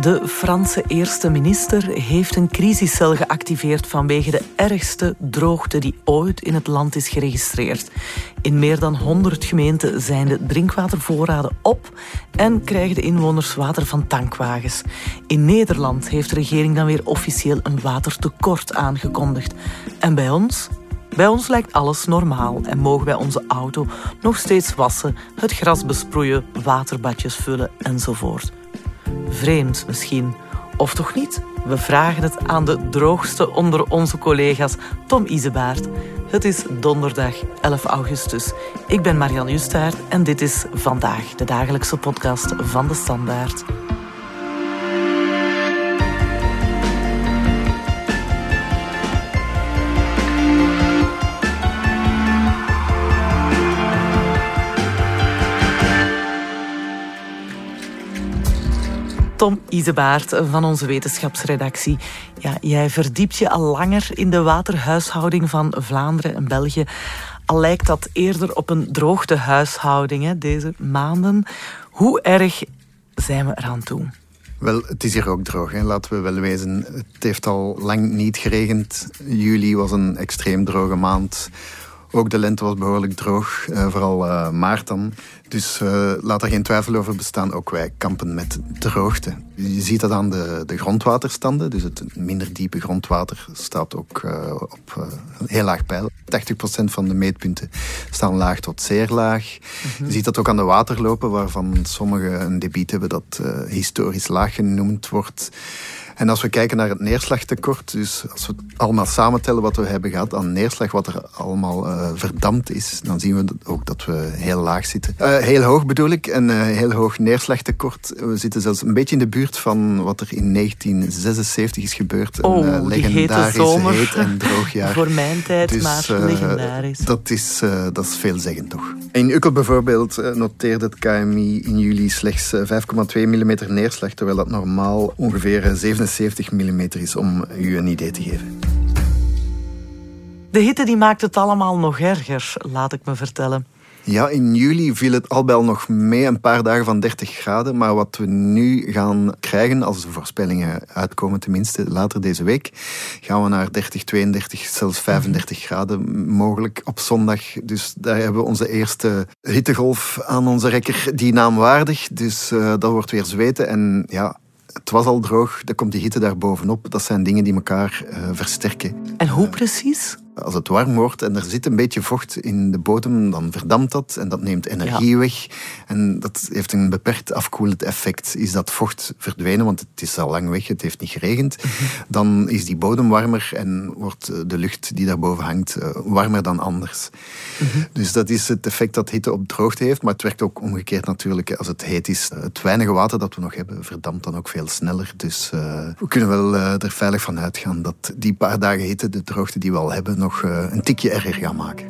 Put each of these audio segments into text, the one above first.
De Franse eerste minister heeft een crisiscel geactiveerd vanwege de ergste droogte die ooit in het land is geregistreerd. In meer dan 100 gemeenten zijn de drinkwatervoorraden op en krijgen de inwoners water van tankwagens. In Nederland heeft de regering dan weer officieel een watertekort aangekondigd. En bij ons? Bij ons lijkt alles normaal en mogen wij onze auto nog steeds wassen, het gras besproeien, waterbadjes vullen enzovoort. Vreemd misschien, of toch niet? We vragen het aan de droogste onder onze collega's, Tom Isebaert. Het is donderdag 11 augustus. Ik ben Marianne Justaert en dit is Vandaag, de dagelijkse podcast van De Standaard. Tom Isebaert van onze wetenschapsredactie. Ja, jij verdiept je al langer in de waterhuishouding van Vlaanderen en België. Al lijkt dat eerder op een droogtehuishouding deze maanden. Hoe erg zijn we eraan toe? Wel, het is hier ook droog, hè. Laten we wel wezen. Het heeft al lang niet geregend. Juli was een extreem droge maand. Ook de lente was behoorlijk droog, vooral maart dan. Dus laat er geen twijfel over bestaan, ook wij kampen met droogte. Je ziet dat aan de grondwaterstanden, dus het minder diepe grondwater staat ook op een heel laag peil. 80% van de meetpunten staan laag tot zeer laag. Je ziet dat ook aan de waterlopen, waarvan sommigen een debiet hebben dat historisch laag genoemd wordt. En als we kijken naar het neerslagtekort, dus als we allemaal samentellen wat we hebben gehad aan neerslag, wat er allemaal verdampt is, dan zien we ook dat we heel laag zitten. Heel hoog bedoel ik, een heel hoog neerslagtekort. We zitten zelfs een beetje in de buurt van wat er in 1976 is gebeurd. Een legendarisch heet en droog jaar. Voor mijn tijd, dus, maar legendarisch. Dat is veelzeggend toch. In Ukkel bijvoorbeeld noteerde het KMI in juli slechts 5,2 mm neerslag, terwijl dat normaal ongeveer 77 mm is, om u een idee te geven. De hitte die maakt het allemaal nog erger, laat ik me vertellen. Ja, in juli viel het al bij al nog mee, een paar dagen van 30 graden. Maar wat we nu gaan krijgen, als de voorspellingen uitkomen tenminste, later deze week, gaan we naar 30, 32, zelfs 35 graden mogelijk op zondag. Dus daar hebben we onze eerste hittegolf aan onze rekker, die naamwaardig. Dus dat wordt weer zweten en ja... Het was al droog, dan komt die hitte daar bovenop. Dat zijn dingen die elkaar versterken. En hoe precies? Als het warm wordt en er zit een beetje vocht in de bodem, dan verdampt dat en dat neemt energie weg. En dat heeft een beperkt afkoelend effect. Is dat vocht verdwenen, want het is al lang weg, het heeft niet geregend, dan is die bodem warmer en wordt de lucht die daarboven hangt warmer dan anders. Dus dat is het effect dat hitte op droogte heeft, maar het werkt ook omgekeerd natuurlijk. Als het heet is, het weinige water dat we nog hebben, verdampt dan ook veel sneller. Dus we kunnen wel er veilig van uitgaan dat die paar dagen hitte, de droogte die we al hebben, nog een tikje erger gaan maken.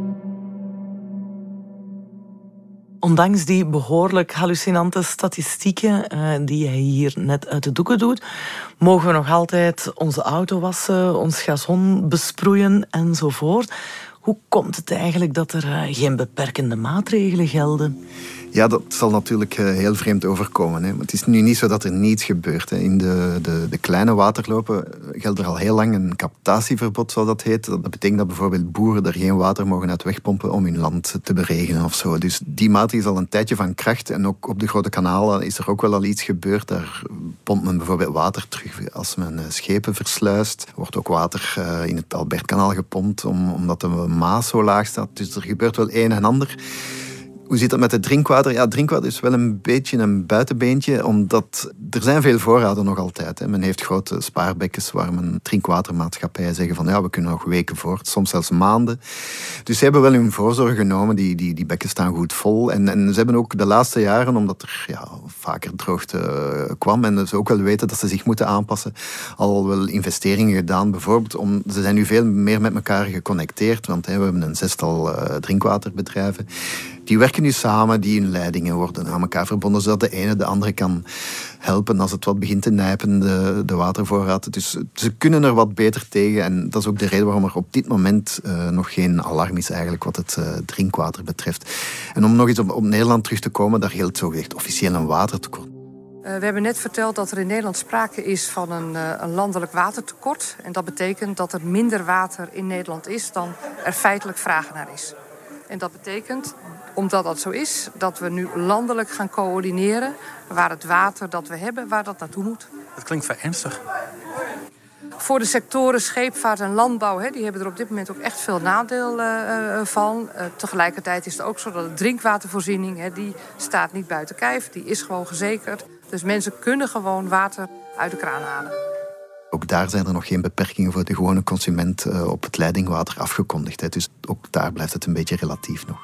Ondanks die behoorlijk hallucinante statistieken die jij hier net uit de doeken doet, mogen we nog altijd onze auto wassen, ons gazon besproeien enzovoort. Hoe komt het eigenlijk dat er geen beperkende maatregelen gelden? Ja, dat zal natuurlijk heel vreemd overkomen. Hè. Maar het is nu niet zo dat er niets gebeurt. Hè. In de kleine waterlopen geldt er al heel lang een captatieverbod, zoals dat heet. Dat betekent dat bijvoorbeeld boeren er geen water mogen uit wegpompen om hun land te beregenen of zo. Dus die maatregel is al een tijdje van kracht. En ook op de grote kanalen is er ook wel al iets gebeurd. Daar pompt men bijvoorbeeld water terug als men schepen versluist. Er wordt ook water in het Albertkanaal gepompt, omdat de Maas zo laag staat. Dus er gebeurt wel een en ander. Hoe zit dat met het drinkwater? Ja, drinkwater is wel een beetje een buitenbeentje, omdat er zijn veel voorraden nog altijd. Hè. Men heeft grote spaarbekkens waar men drinkwatermaatschappijen zeggen van ja, we kunnen nog weken voort, soms zelfs maanden. Dus ze hebben wel hun voorzorg genomen, die bekken staan goed vol. En ze hebben ook de laatste jaren, omdat er vaker droogte kwam en ze ook wel weten dat ze zich moeten aanpassen, al wel investeringen gedaan. Bijvoorbeeld, ze zijn nu veel meer met elkaar geconnecteerd, want we hebben een 6-tal drinkwaterbedrijven. Die werken nu samen, die hun leidingen worden aan elkaar verbonden, zodat de ene de andere kan helpen als het wat begint te nijpen, de watervoorraad. Dus ze kunnen er wat beter tegen en dat is ook de reden waarom er op dit moment nog geen alarm is eigenlijk wat het drinkwater betreft. En om nog eens op Nederland terug te komen, daar geldt zogezegd officieel een watertekort. We hebben net verteld dat er in Nederland sprake is van een landelijk watertekort. En dat betekent dat er minder water in Nederland is dan er feitelijk vraag naar is. En dat betekent, omdat dat zo is, dat we nu landelijk gaan coördineren waar het water dat we hebben, waar dat naartoe moet. Dat klinkt vrij ernstig. Voor de sectoren scheepvaart en landbouw, die hebben er op dit moment ook echt veel nadeel van. Tegelijkertijd is het ook zo dat de drinkwatervoorziening, die staat niet buiten kijf. Die is gewoon gezekerd. Dus mensen kunnen gewoon water uit de kraan halen. Ook daar zijn er nog geen beperkingen voor de gewone consument op het leidingwater afgekondigd. Dus ook daar blijft het een beetje relatief nog.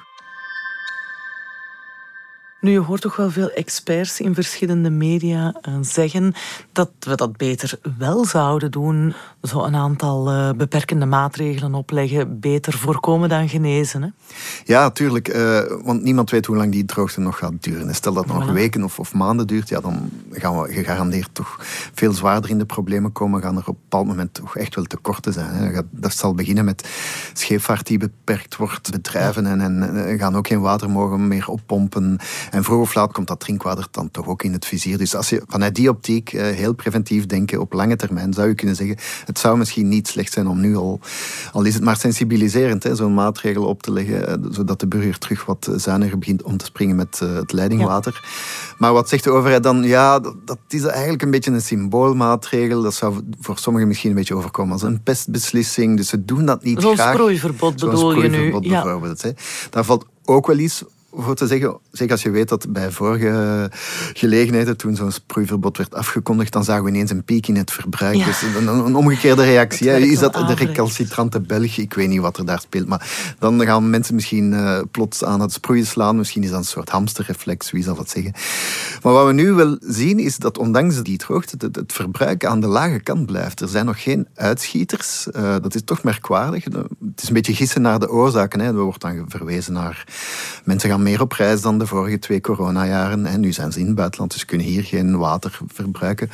Nu, je hoort toch wel veel experts in verschillende media zeggen dat we dat beter wel zouden doen. Zo een aantal beperkende maatregelen opleggen. Beter voorkomen dan genezen. Hè? Ja, tuurlijk. Want niemand weet hoe lang die droogte nog gaat duren. Stel dat het nog weken of maanden duurt, ja, dan gaan we gegarandeerd toch veel zwaarder in de problemen komen. Gaan er op een bepaald moment toch echt wel tekorten zijn. Hè. Dat zal beginnen met scheepvaart die beperkt wordt, bedrijven en gaan ook geen water mogen meer oppompen. En vroeg of laat komt dat drinkwater dan toch ook in het vizier. Dus als je vanuit die optiek heel preventief denken op lange termijn, zou je kunnen zeggen, het zou misschien niet slecht zijn om nu al is het maar sensibiliserend, zo'n maatregel op te leggen, zodat de burger terug wat zuiniger begint om te springen met het leidingwater. Ja. Maar wat zegt de overheid dan? Ja, dat is eigenlijk een beetje een symboolmaatregel. Dat zou voor sommigen misschien een beetje overkomen als een pestbeslissing. Dus ze doen dat niet graag. Zo'n sproeiverbod bedoel je nu? Ja. Bijvoorbeeld. Hè. Daar valt ook wel iets voor te zeggen, zeker als je weet dat bij vorige gelegenheden, toen zo'n sproeiverbod werd afgekondigd, dan zagen we ineens een piek in het verbruik. Ja. Dus een omgekeerde reactie. Is dat de recalcitrante Belg? Ik weet niet wat er daar speelt. Maar dan gaan mensen misschien plots aan het sproeien slaan. Misschien is dat een soort hamsterreflex, wie zal dat zeggen. Maar wat we nu wel zien, is dat ondanks die droogte het verbruik aan de lage kant blijft. Er zijn nog geen uitschieters. Dat is toch merkwaardig. Het is een beetje gissen naar de oorzaken. Hè. Er wordt dan verwezen naar mensen gaan meer op reis dan de vorige 2 coronajaren. En nu zijn ze in het buitenland, dus kunnen hier geen water verbruiken.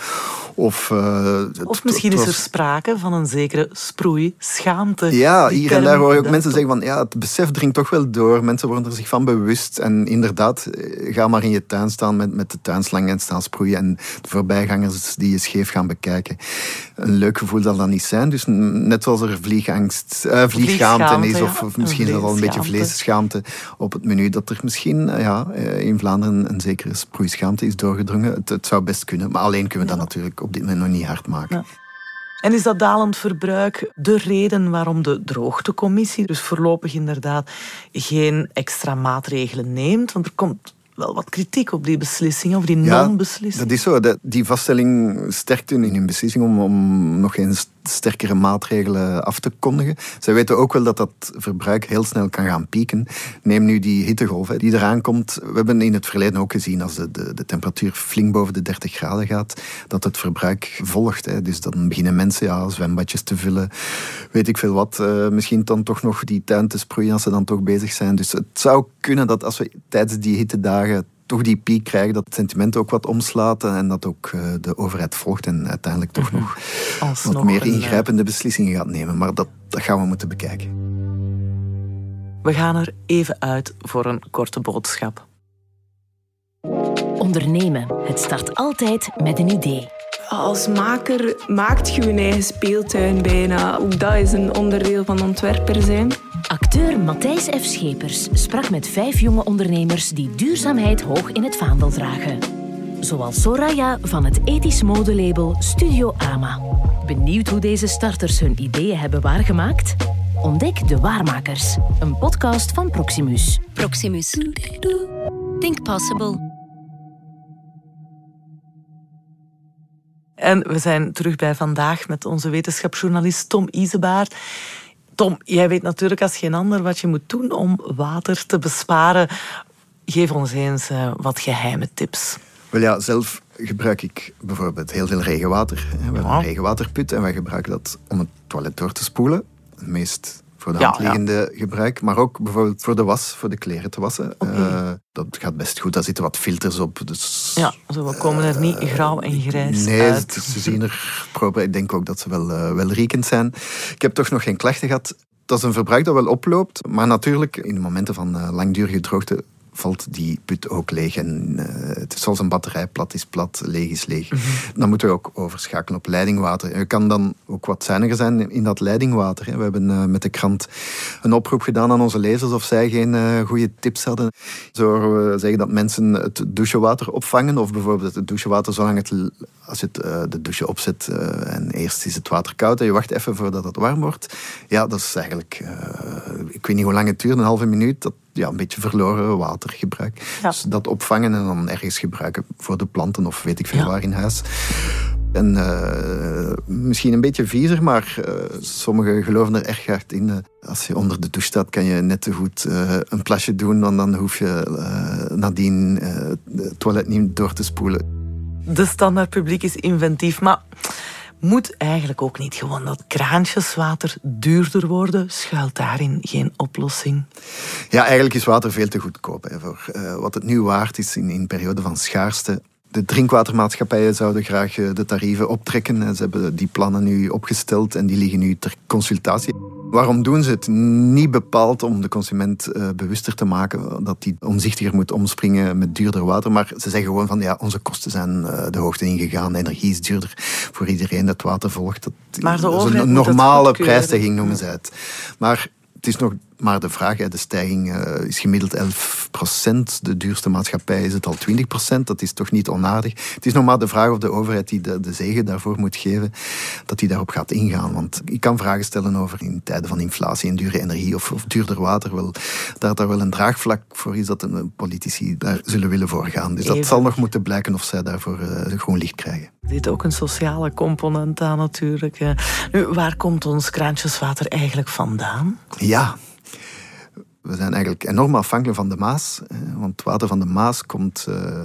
Of misschien is er sprake van een zekere sproeischaamte. Ja, hier en daar hoor je ook mensen zeggen van, ja, het besef dringt toch wel door. Mensen worden er zich van bewust. En inderdaad, ga maar in je tuin staan met de tuinslang en staan sproeien. En de voorbijgangers die je scheef gaan bekijken. Een leuk gevoel zal dat niet zijn. Dus net zoals er vliegschaamte is, of misschien wel een beetje vleesschaamte op het menu, dat er misschien in Vlaanderen een zekere sproeischaamte is doorgedrongen. Het zou best kunnen, maar alleen kunnen we dat natuurlijk op dit moment nog niet hard maken. Ja. En is dat dalend verbruik de reden waarom de droogtecommissie dus voorlopig inderdaad geen extra maatregelen neemt? Want er komt wel wat kritiek op die beslissing, of die non-beslissing. Dat is zo. Die vaststelling sterkt hun in hun beslissing om nog geen sterkere maatregelen af te kondigen. Zij weten ook wel dat dat verbruik heel snel kan gaan pieken. Neem nu die hittegolf die eraan komt. We hebben in het verleden ook gezien, als de temperatuur flink boven de 30 graden gaat, dat het verbruik volgt. Hè. Dus dan beginnen mensen zwembadjes te vullen, weet ik veel wat. Misschien dan toch nog die tuin te sproeien als ze dan toch bezig zijn. Dus het zou kunnen dat als we tijdens die hittedagen toch die piek krijgen, dat het sentiment ook wat omslaat en dat ook de overheid volgt en uiteindelijk toch nog wat meer ingrijpende beslissingen gaat nemen. Maar dat gaan we moeten bekijken. We gaan er even uit voor een korte boodschap. Ondernemen. Het start altijd met een idee. Als maker maakt je eigen speeltuin bijna. Ook dat is een onderdeel van ontwerper zijn. Acteur Matthijs F. Schepers sprak met 5 jonge ondernemers die duurzaamheid hoog in het vaandel dragen. Zoals Soraya van het ethisch modelabel Studio Ama. Benieuwd hoe deze starters hun ideeën hebben waargemaakt? Ontdek De Waarmakers, een podcast van Proximus. Proximus. Think possible. En we zijn terug bij Vandaag met onze wetenschapsjournalist Tom Isebaert. Tom, jij weet natuurlijk als geen ander wat je moet doen om water te besparen. Geef ons eens wat geheime tips. Wel ja, zelf gebruik ik bijvoorbeeld heel veel regenwater. We hebben een regenwaterput en wij gebruiken dat om het toilet door te spoelen. Het meest voor de hand liggende gebruik. Maar ook bijvoorbeeld voor de was, voor de kleren te wassen. Okay. Dat gaat best goed. Daar zitten wat filters op. Dus, we komen er niet grauw en grijs uit. Nee, ze zien er proper. Ik denk ook dat ze wel riekend zijn. Ik heb toch nog geen klachten gehad. Dat is een verbruik dat wel oploopt. Maar natuurlijk, in de momenten van langdurige droogte valt die put ook leeg. En het is zoals een batterij, plat is plat, leeg is leeg. Dan moeten we ook overschakelen op leidingwater. Je kan dan ook wat zuiniger zijn in dat leidingwater. We hebben met de krant een oproep gedaan aan onze lezers of zij geen goede tips hadden. Zo horen we zeggen dat mensen het douchewater opvangen, of bijvoorbeeld het douchewater zolang als je de douche opzet en eerst is het water koud en je wacht even voordat het warm wordt. Ja, dat is eigenlijk, ik weet niet hoe lang het duurt, een halve minuut, dat een beetje verloren watergebruik. Ja. Dus dat opvangen en dan ergens gebruiken voor de planten of weet ik veel waar in huis. En misschien een beetje viezer, maar sommigen geloven er erg hard in. Als je onder de douche staat, kan je net te goed een plasje doen, want dan hoef je nadien het toilet niet door te spoelen. De standaardpubliek is inventief, maar moet eigenlijk ook niet gewoon dat kraantjeswater duurder worden? Schuilt daarin geen oplossing? Ja, eigenlijk is water veel te goedkoop voor wat het nu waard is in een periode van schaarste. De drinkwatermaatschappijen zouden graag de tarieven optrekken. Ze hebben die plannen nu opgesteld en die liggen nu ter consultatie. Waarom doen ze het? Niet bepaald om de consument bewuster te maken dat hij omzichtiger moet omspringen met duurder water. Maar ze zeggen gewoon van onze kosten zijn de hoogte ingegaan. Energie is duurder voor iedereen dat water volgt. Maar de dat is een normale prijsstijging noemen ze het. Maar het is nog maar de vraag. De stijging is gemiddeld 11%. De duurste maatschappij is het al 20%. Dat is toch niet onaardig. Het is nog maar de vraag of de overheid die de zegen daarvoor moet geven, dat die daarop gaat ingaan. Want ik kan vragen stellen over in tijden van inflatie en dure energie of duurder water. Wel, daar wel een draagvlak voor is dat de politici daar zullen willen voor gaan. Dus dat zal nog moeten blijken of zij daarvoor groen licht krijgen. Er zit ook een sociale component aan natuurlijk. Nu, waar komt ons kraantjeswater eigenlijk vandaan? Ja, we zijn eigenlijk enorm afhankelijk van de Maas. Want het water van de Maas komt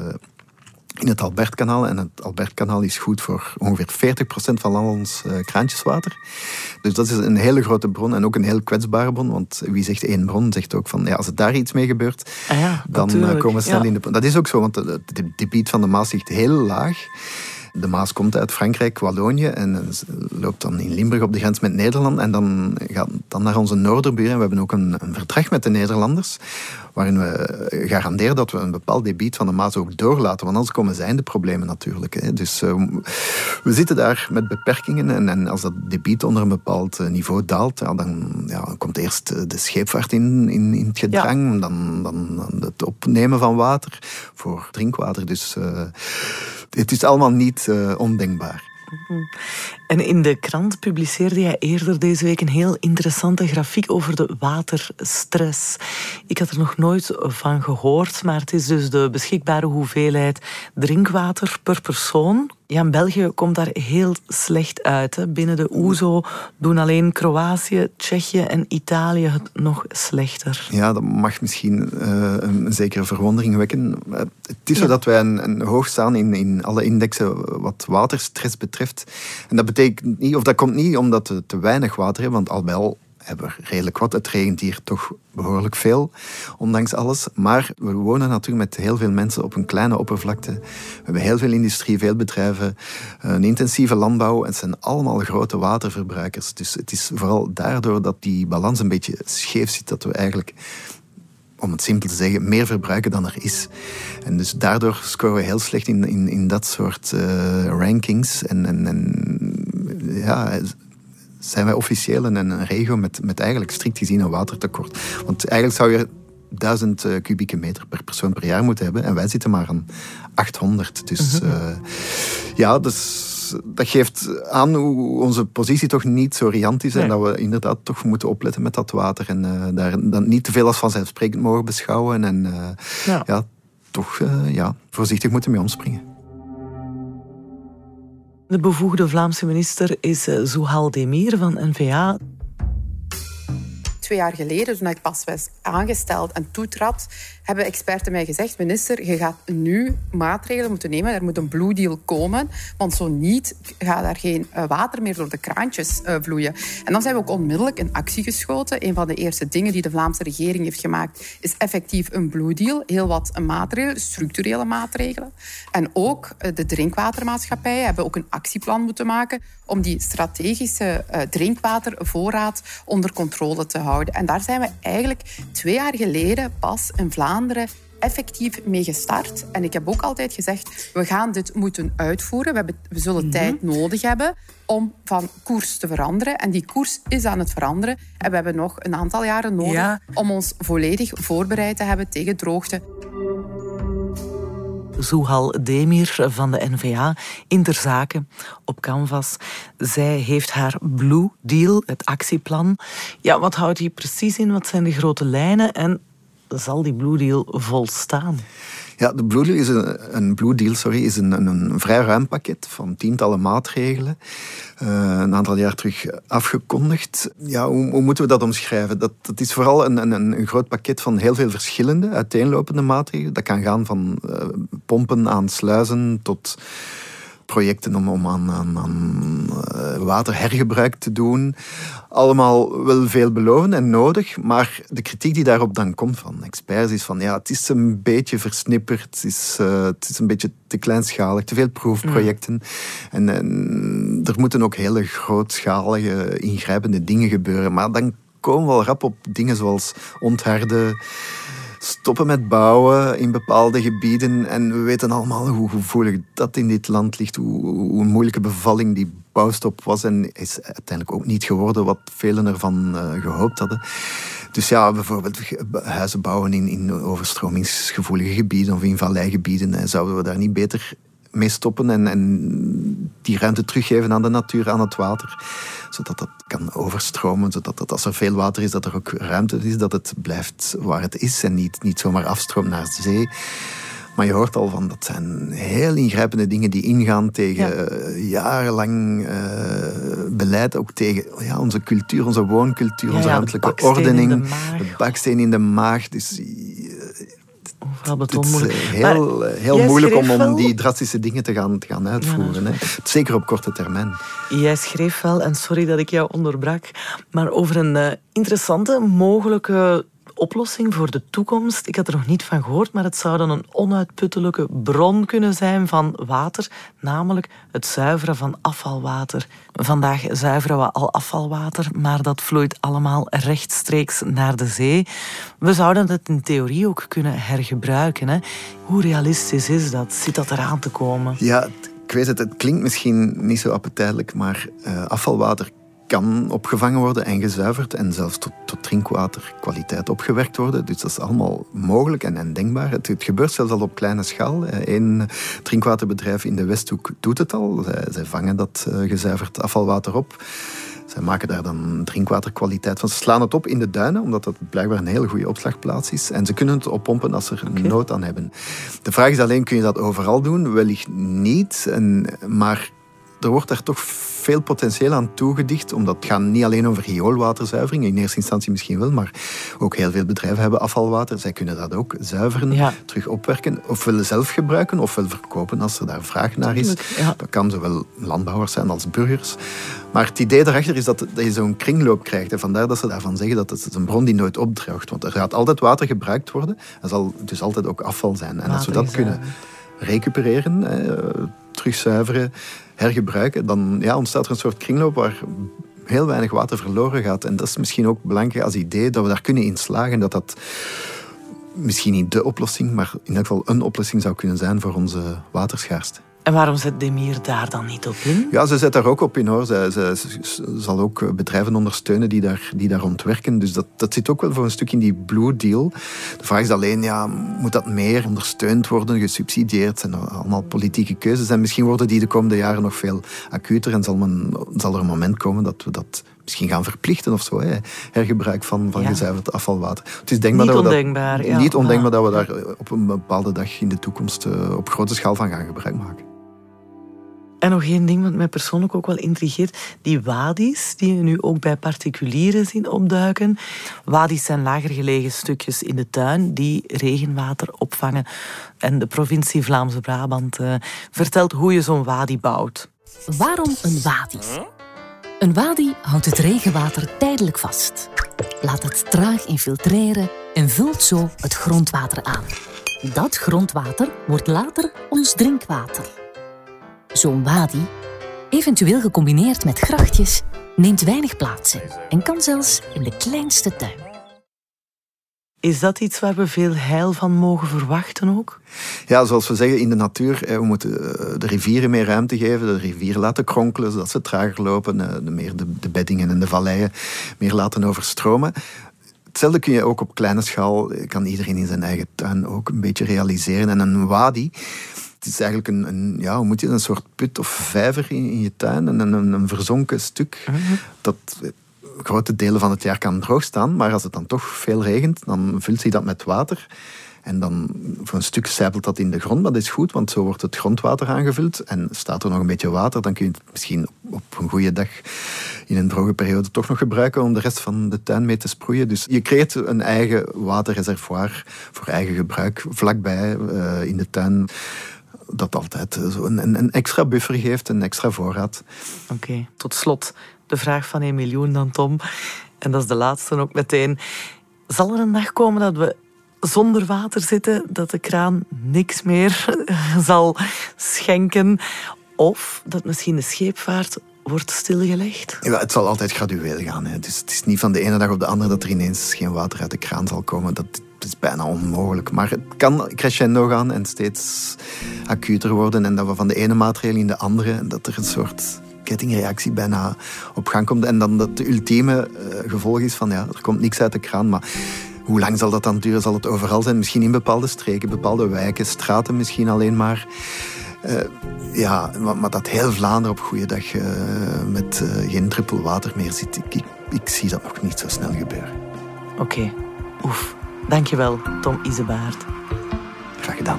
in het Albertkanaal. En het Albertkanaal is goed voor ongeveer 40% van al ons kraantjeswater. Dus dat is een hele grote bron en ook een heel kwetsbare bron. Want wie zegt één bron, zegt ook van als er daar iets mee gebeurt, dan komen we snel in de... Dat is ook zo, want het debiet van de Maas ligt heel laag. De Maas komt uit Frankrijk, Wallonië en loopt dan in Limburg op de grens met Nederland en dan gaat dan naar onze noorderburen. We hebben ook een verdrag met de Nederlanders waarin we garanderen dat we een bepaald debiet van de Maas ook doorlaten, want anders komen zij in de problemen natuurlijk. Dus we zitten daar met beperkingen en als dat debiet onder een bepaald niveau daalt, dan komt eerst de scheepvaart in het gedrang, dan het opnemen van water voor drinkwater. Dus het is allemaal niet ondenkbaar. En in de krant publiceerde jij eerder deze week een heel interessante grafiek over de waterstress. Ik had er nog nooit van gehoord, maar het is dus de beschikbare hoeveelheid drinkwater per persoon. Ja, België komt daar heel slecht uit. Binnen de OESO doen alleen Kroatië, Tsjechië en Italië het nog slechter. Ja, dat mag misschien een zekere verwondering wekken. Het is zo dat wij een hoog staan in alle indexen wat waterstress betreft. En dat betekent niet, of dat komt niet omdat we te weinig water hebben, want al bij al hebben we redelijk wat. Het regent hier toch behoorlijk veel, ondanks alles. Maar we wonen natuurlijk met heel veel mensen op een kleine oppervlakte. We hebben heel veel industrie, veel bedrijven, een intensieve landbouw. Het zijn allemaal grote waterverbruikers. Dus het is vooral daardoor dat die balans een beetje scheef zit, dat we eigenlijk, om het simpel te zeggen, meer verbruiken dan er is. En dus daardoor scoren we heel slecht in dat soort rankings. Zijn wij officieel een regio met eigenlijk strikt gezien een watertekort. Want eigenlijk zou je 1000 kubieke meter per persoon per jaar moeten hebben. En wij zitten maar aan 800. Dus dat geeft aan hoe onze positie toch niet zo riant is. Nee. En dat we inderdaad toch moeten opletten met dat water. En daar dan niet te veel als vanzelfsprekend mogen beschouwen. En toch voorzichtig moeten mee omspringen. De bevoegde Vlaamse minister is Zouhal Demir van N-VA. 2 jaar geleden, toen ik pas was aangesteld en toetrad, hebben experten mij gezegd: minister, je gaat nu maatregelen moeten nemen. Er moet een Blue Deal komen, want zo niet gaat er geen water meer door de kraantjes vloeien. En dan zijn we ook onmiddellijk in actie geschoten. Een van de eerste dingen die de Vlaamse regering heeft gemaakt is effectief een Blue Deal. Heel wat maatregelen, structurele maatregelen. En ook de drinkwatermaatschappijen hebben ook een actieplan moeten maken om die strategische drinkwatervoorraad onder controle te houden. En daar zijn we eigenlijk 2 jaar geleden pas in Vlaanderen effectief mee gestart. En ik heb ook altijd gezegd, we gaan dit moeten uitvoeren. We zullen tijd nodig hebben om van koers te veranderen. En die koers is aan het veranderen. En we hebben nog een aantal jaren nodig om ons volledig voorbereid te hebben tegen droogte. Zuhal Demir van de N-VA in ter zake op Canvas. Zij heeft haar Blue Deal, het actieplan. Ja, wat houdt die precies in? Wat zijn de grote lijnen? En zal die Blue Deal volstaan? Ja, de Blue Deal is een vrij ruim pakket van tientallen maatregelen. Een aantal jaar terug afgekondigd. Ja, hoe moeten we dat omschrijven? Dat is vooral een groot pakket van heel veel verschillende, uiteenlopende maatregelen. Dat kan gaan van pompen aan sluizen tot projecten om aan waterhergebruik te doen. Allemaal wel veelbelovend en nodig, maar de kritiek die daarop dan komt van experts is van het is een beetje versnipperd, het is een beetje te kleinschalig, te veel proefprojecten. En er moeten ook hele grootschalige, ingrijpende dingen gebeuren. Maar dan komen we al rap op dingen zoals ontharden, stoppen met bouwen in bepaalde gebieden. En we weten allemaal hoe gevoelig dat in dit land ligt. Hoe een moeilijke bevalling die bouwstop was. En is uiteindelijk ook niet geworden wat velen ervan gehoopt hadden. Dus bijvoorbeeld huizen bouwen in overstromingsgevoelige gebieden of in valleigebieden. Zouden we daar niet beter mee stoppen en die ruimte teruggeven aan de natuur, aan het water, zodat dat kan overstromen, zodat dat als er veel water is, dat er ook ruimte is, dat het blijft waar het is en niet zomaar afstroomt naar de zee. Maar je hoort al van, dat zijn heel ingrijpende dingen die ingaan tegen jarenlang beleid, ook tegen onze cultuur, onze wooncultuur, onze ruimtelijke ordening, de baksteen in de maag. Dus het is heel moeilijk om die drastische dingen te gaan uitvoeren. Ja. Hè. Zeker op korte termijn. Jij schreef wel, en sorry dat ik jou onderbrak, maar over een interessante mogelijke oplossing voor de toekomst. Ik had er nog niet van gehoord, maar het zou dan een onuitputtelijke bron kunnen zijn van water, namelijk het zuiveren van afvalwater. Vandaag zuiveren we al afvalwater, maar dat vloeit allemaal rechtstreeks naar de zee. We zouden het in theorie ook kunnen hergebruiken. Hè? Hoe realistisch is dat? Zit dat eraan te komen? Ja, ik weet het klinkt misschien niet zo appetijtelijk, maar afvalwater kan opgevangen worden en gezuiverd en zelfs tot drinkwaterkwaliteit opgewerkt worden. Dus dat is allemaal mogelijk en denkbaar. Het gebeurt zelfs al op kleine schaal. Eén drinkwaterbedrijf in de Westhoek doet het al. Zij vangen dat gezuiverd afvalwater op. Zij maken daar dan drinkwaterkwaliteit van. Ze slaan het op in de duinen, omdat dat blijkbaar een hele goede opslagplaats is. En ze kunnen het oppompen als ze er nood aan hebben. De vraag is alleen, kun je dat overal doen? Wellicht niet, maar er wordt daar toch veel potentieel aan toegedicht, omdat het gaat niet alleen over rioolwaterzuivering, in eerste instantie misschien wel, maar ook heel veel bedrijven hebben afvalwater. Zij kunnen dat ook zuiveren, terug opwerken, ofwel zelf gebruiken, ofwel verkopen als er daar vraag naar is. Ja. Dat kan zowel landbouwers zijn als burgers. Maar het idee daarachter is dat je zo'n kringloop krijgt. En vandaar dat ze daarvan zeggen dat het een bron die nooit opdroogt. Want er gaat altijd water gebruikt worden. Er zal dus altijd ook afval zijn. En als we dat kunnen recupereren, terugzuiveren, hergebruiken, dan ontstaat er een soort kringloop waar heel weinig water verloren gaat. En dat is misschien ook belangrijk als idee dat we daar kunnen in slagen, dat misschien niet de oplossing, maar in elk geval een oplossing zou kunnen zijn voor onze waterschaarste. En waarom zet Demir daar dan niet op in? Ja, ze zet daar ook op in, hoor. Ze zal ook bedrijven ondersteunen die daar ontwerken. Dus dat zit ook wel voor een stuk in die Blue Deal. De vraag is alleen, moet dat meer ondersteund worden, gesubsidieerd? Het zijn allemaal politieke keuzes. En misschien worden die de komende jaren nog veel acuter. En zal er een moment komen dat we dat misschien gaan verplichten of zo. Hergebruik van gezuiverd afvalwater. Het is denkbaar niet ondenkbaar dat we daar op een bepaalde dag in de toekomst op grote schaal van gaan gebruik maken. En nog één ding wat mij persoonlijk ook wel intrigeert. Die wadi's die je nu ook bij particulieren zien opduiken. Wadi's zijn lager gelegen stukjes in de tuin die regenwater opvangen. En de provincie Vlaams-Brabant vertelt hoe je zo'n wadi bouwt. Waarom een wadi? Een wadi houdt het regenwater tijdelijk vast. Laat het traag infiltreren en vult zo het grondwater aan. Dat grondwater wordt later ons drinkwater. Zo'n wadi, eventueel gecombineerd met grachtjes, neemt weinig plaats in en kan zelfs in de kleinste tuin. Is dat iets waar we veel heil van mogen verwachten ook? Ja, zoals we zeggen in de natuur, we moeten de rivieren meer ruimte geven, de rivieren laten kronkelen, zodat ze trager lopen, de beddingen en de valleien meer laten overstromen. Hetzelfde kun je ook op kleine schaal, kan iedereen in zijn eigen tuin ook een beetje realiseren. En een wadi, het is eigenlijk een soort put of vijver in je tuin, en een verzonken stuk dat grote delen van het jaar kan droog staan, maar als het dan toch veel regent, dan vult zich dat met water. En dan voor een stuk sijpelt dat in de grond, maar dat is goed, want zo wordt het grondwater aangevuld. En staat er nog een beetje water, dan kun je het misschien op een goede dag in een droge periode toch nog gebruiken om de rest van de tuin mee te sproeien. Dus je creëert een eigen waterreservoir voor eigen gebruik vlakbij in de tuin. Dat altijd een extra buffer geeft, een extra voorraad. Oké, tot slot de vraag van 1 miljoen dan, Tom. En dat is de laatste ook meteen. Zal er een dag komen dat we zonder water zitten, dat de kraan niks meer zal schenken? Of dat misschien de scheepvaart wordt stilgelegd? Ja, het zal altijd gradueel gaan. Hè. Dus het is niet van de ene dag op de andere dat er ineens geen water uit de kraan zal komen. Dat is bijna onmogelijk. Maar het kan crescendo gaan en steeds acuter worden. En dat we van de ene maatregel in de andere, dat er een soort kettingreactie bijna op gang komt. En dan dat de ultieme gevolg is van, er komt niks uit de kraan. Maar hoe lang zal dat dan duren? Zal het overal zijn? Misschien in bepaalde streken, bepaalde wijken, straten misschien alleen maar. Maar dat heel Vlaanderen op goede dag met geen druppel water meer zit, ik zie dat nog niet zo snel gebeuren. Oké. Oef. Dankjewel, Tom Isebaert. Graag gedaan.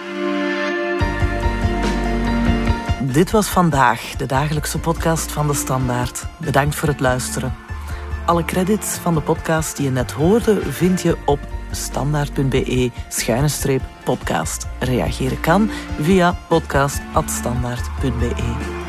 Dit was Vandaag, de dagelijkse podcast van De Standaard. Bedankt voor het luisteren. Alle credits van de podcast die je net hoorde vind je op standaard.be/podcast. Reageren kan via podcast@standaard.be.